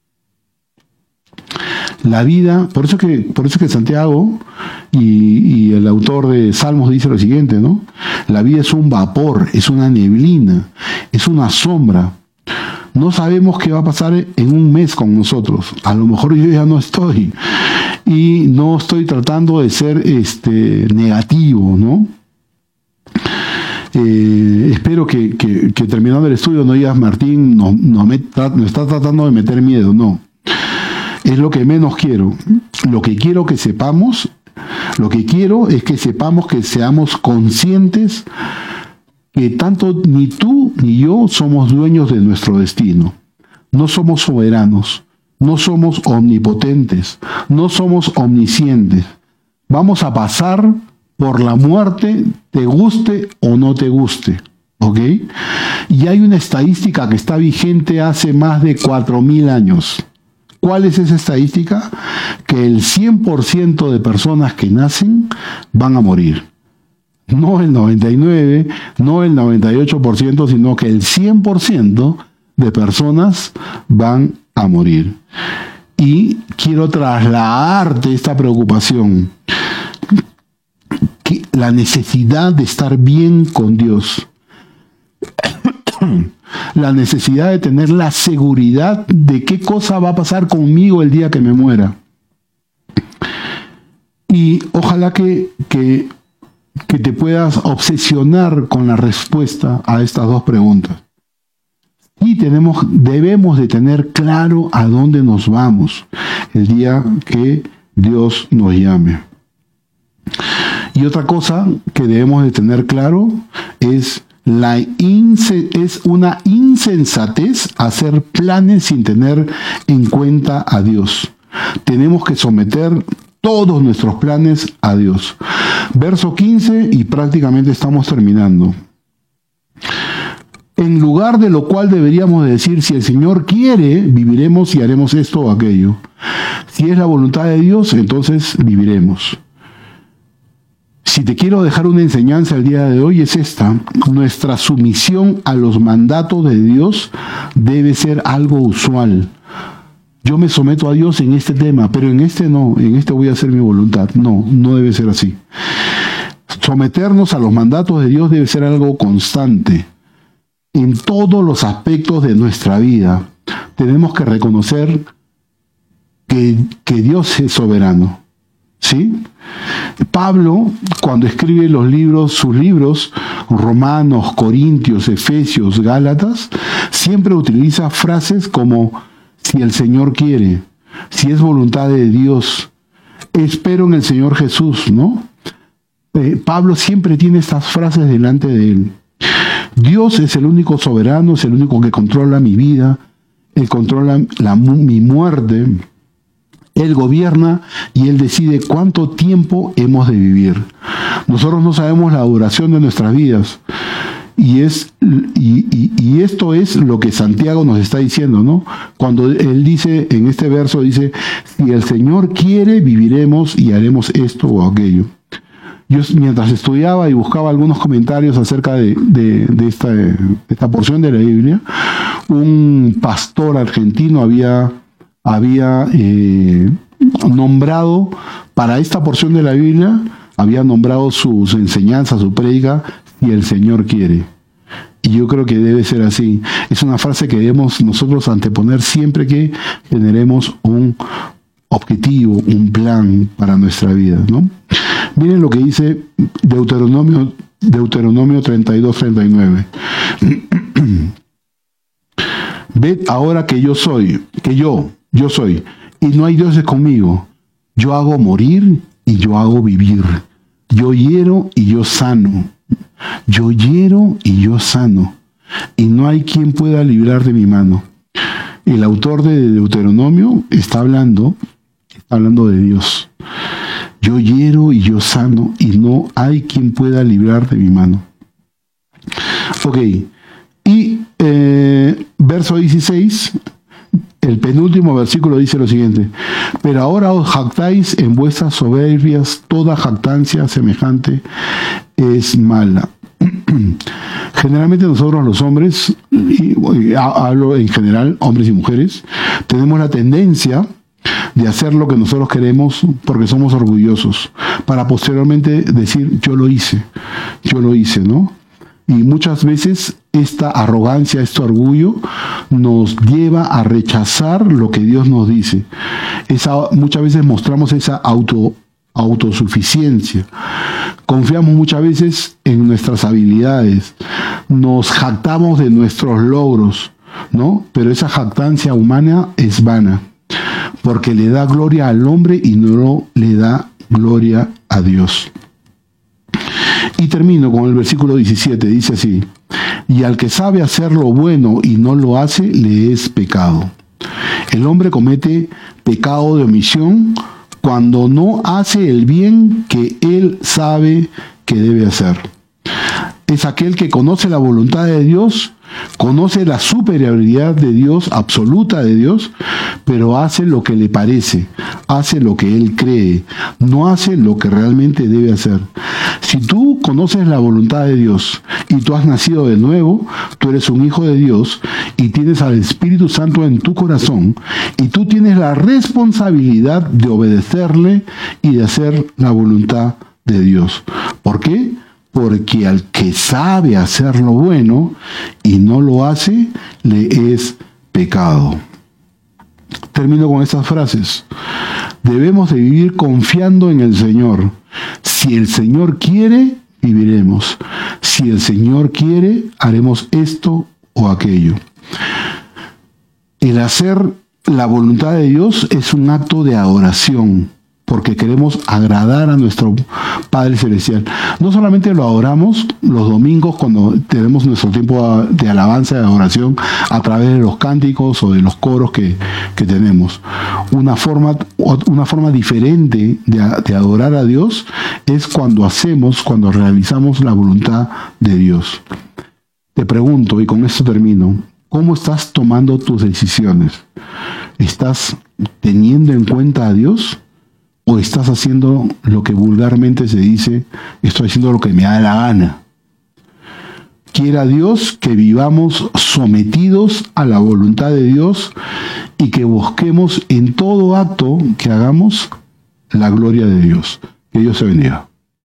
La vida, por eso que Santiago y el autor de Salmos dice lo siguiente, ¿no? La vida es un vapor, es una neblina, es una sombra. No sabemos qué va a pasar en un mes con nosotros. A lo mejor yo ya no estoy. Y no estoy tratando de ser negativo, ¿no? Espero que terminando el estudio no digas, Martín, me está tratando de meter miedo. No. Es lo que menos quiero. Lo que quiero que sepamos, lo que quiero es que sepamos, que seamos conscientes que tanto ni tú ni yo somos dueños de nuestro destino. No somos soberanos, no somos omnipotentes, no somos omniscientes. Vamos a pasar por la muerte, te guste o no te guste. ¿Ok? Y hay una estadística que está vigente hace más de 4.000 años. ¿Cuál es esa estadística? Que el 100% de personas que nacen van a morir. No el 99%, no el 98%, sino que el 100% de personas van a morir. Y quiero trasladarte esta preocupación, que la necesidad de estar bien con Dios, la necesidad de tener la seguridad de qué cosa va a pasar conmigo el día que me muera. Y ojalá que te puedas obsesionar con la respuesta a estas dos preguntas. Y debemos de tener claro a dónde nos vamos el día que Dios nos llame. Y otra cosa que debemos de tener claro es una insensatez hacer planes sin tener en cuenta a Dios. Tenemos que someter todos nuestros planes a Dios. Verso 15 y prácticamente estamos terminando. En lugar de lo cual deberíamos decir, si el Señor quiere, viviremos y haremos esto o aquello. Si es la voluntad de Dios, entonces viviremos. Si te quiero dejar una enseñanza el día de hoy es esta: nuestra sumisión a los mandatos de Dios debe ser algo usual. Yo me someto a Dios en este tema, pero en este no, en este voy a hacer mi voluntad. No, no debe ser así. Someternos a los mandatos de Dios debe ser algo constante. En todos los aspectos de nuestra vida tenemos que reconocer que Dios es soberano. ¿Sí? Pablo, cuando escribe sus libros, Romanos, Corintios, Efesios, Gálatas, siempre utiliza frases como si el Señor quiere, si es voluntad de Dios, espero en el Señor Jesús, ¿no? Pablo siempre tiene estas frases delante de él. Dios es el único soberano, es el único que controla mi vida, Él controla mi muerte. Él gobierna y Él decide cuánto tiempo hemos de vivir. Nosotros no sabemos la duración de nuestras vidas. Y esto es lo que Santiago nos está diciendo, ¿no? Cuando él dice, en este verso dice, si el Señor quiere, viviremos y haremos esto o aquello. Yo mientras estudiaba y buscaba algunos comentarios acerca de esta porción de la Biblia, un pastor argentino había nombrado para esta porción de la Biblia, había nombrado sus enseñanzas, su prédica, si el Señor quiere. Y yo creo que debe ser así. Es una frase que debemos nosotros anteponer siempre que generemos un objetivo, un plan para nuestra vida, ¿no? Miren lo que dice Deuteronomio 32-39. Ved ahora que yo soy, yo soy, y no hay dioses conmigo. Yo hago morir y yo hago vivir. Yo hiero y yo sano. Yo hiero y yo sano. Y no hay quien pueda librar de mi mano. El autor de Deuteronomio está hablando de Dios. Yo hiero y yo sano, y no hay quien pueda librar de mi mano. Ok. Y verso 16, El penúltimo versículo dice lo siguiente: pero ahora os jactáis en vuestras soberbias, toda jactancia semejante es mala. Generalmente nosotros los hombres, y hablo en general, hombres y mujeres, tenemos la tendencia de hacer lo que nosotros queremos porque somos orgullosos, para posteriormente decir yo lo hice, ¿no? Y muchas veces esta arrogancia, este orgullo nos lleva a rechazar lo que Dios nos dice. Muchas veces mostramos esa autosuficiencia. Confiamos muchas veces en nuestras habilidades. Nos jactamos de nuestros logros, ¿no? Pero esa jactancia humana es vana, porque le da gloria al hombre y no le da gloria a Dios. Y termino con el versículo 17, dice así: y al que sabe hacer lo bueno y no lo hace, le es pecado. El hombre comete pecado de omisión cuando no hace el bien que él sabe que debe hacer. Es aquel que conoce la voluntad de Dios, conoce la superioridad de Dios, absoluta de Dios, pero hace lo que le parece, hace lo que él cree, no hace lo que realmente debe hacer. Si tú conoces la voluntad de Dios y tú has nacido de nuevo, tú eres un hijo de Dios y tienes al Espíritu Santo en tu corazón, y tú tienes la responsabilidad de obedecerle y de hacer la voluntad de Dios. ¿Por qué? Porque al que sabe hacer lo bueno y no lo hace, le es pecado. Termino con estas frases. Debemos de vivir confiando en el Señor. Si el Señor quiere, viviremos. Si el Señor quiere, haremos esto o aquello. El hacer la voluntad de Dios es un acto de adoración, porque queremos agradar a nuestro Padre Celestial. No solamente lo adoramos los domingos cuando tenemos nuestro tiempo de alabanza y de adoración a través de los cánticos o de los coros que tenemos. Una forma diferente de adorar a Dios es cuando realizamos la voluntad de Dios. Te pregunto, y con esto termino, ¿cómo estás tomando tus decisiones? ¿Estás teniendo en cuenta a Dios? ¿O estás haciendo lo que vulgarmente se dice, estoy haciendo lo que me da la gana? Quiera Dios que vivamos sometidos a la voluntad de Dios y que busquemos en todo acto que hagamos la gloria de Dios. Que Dios te bendiga.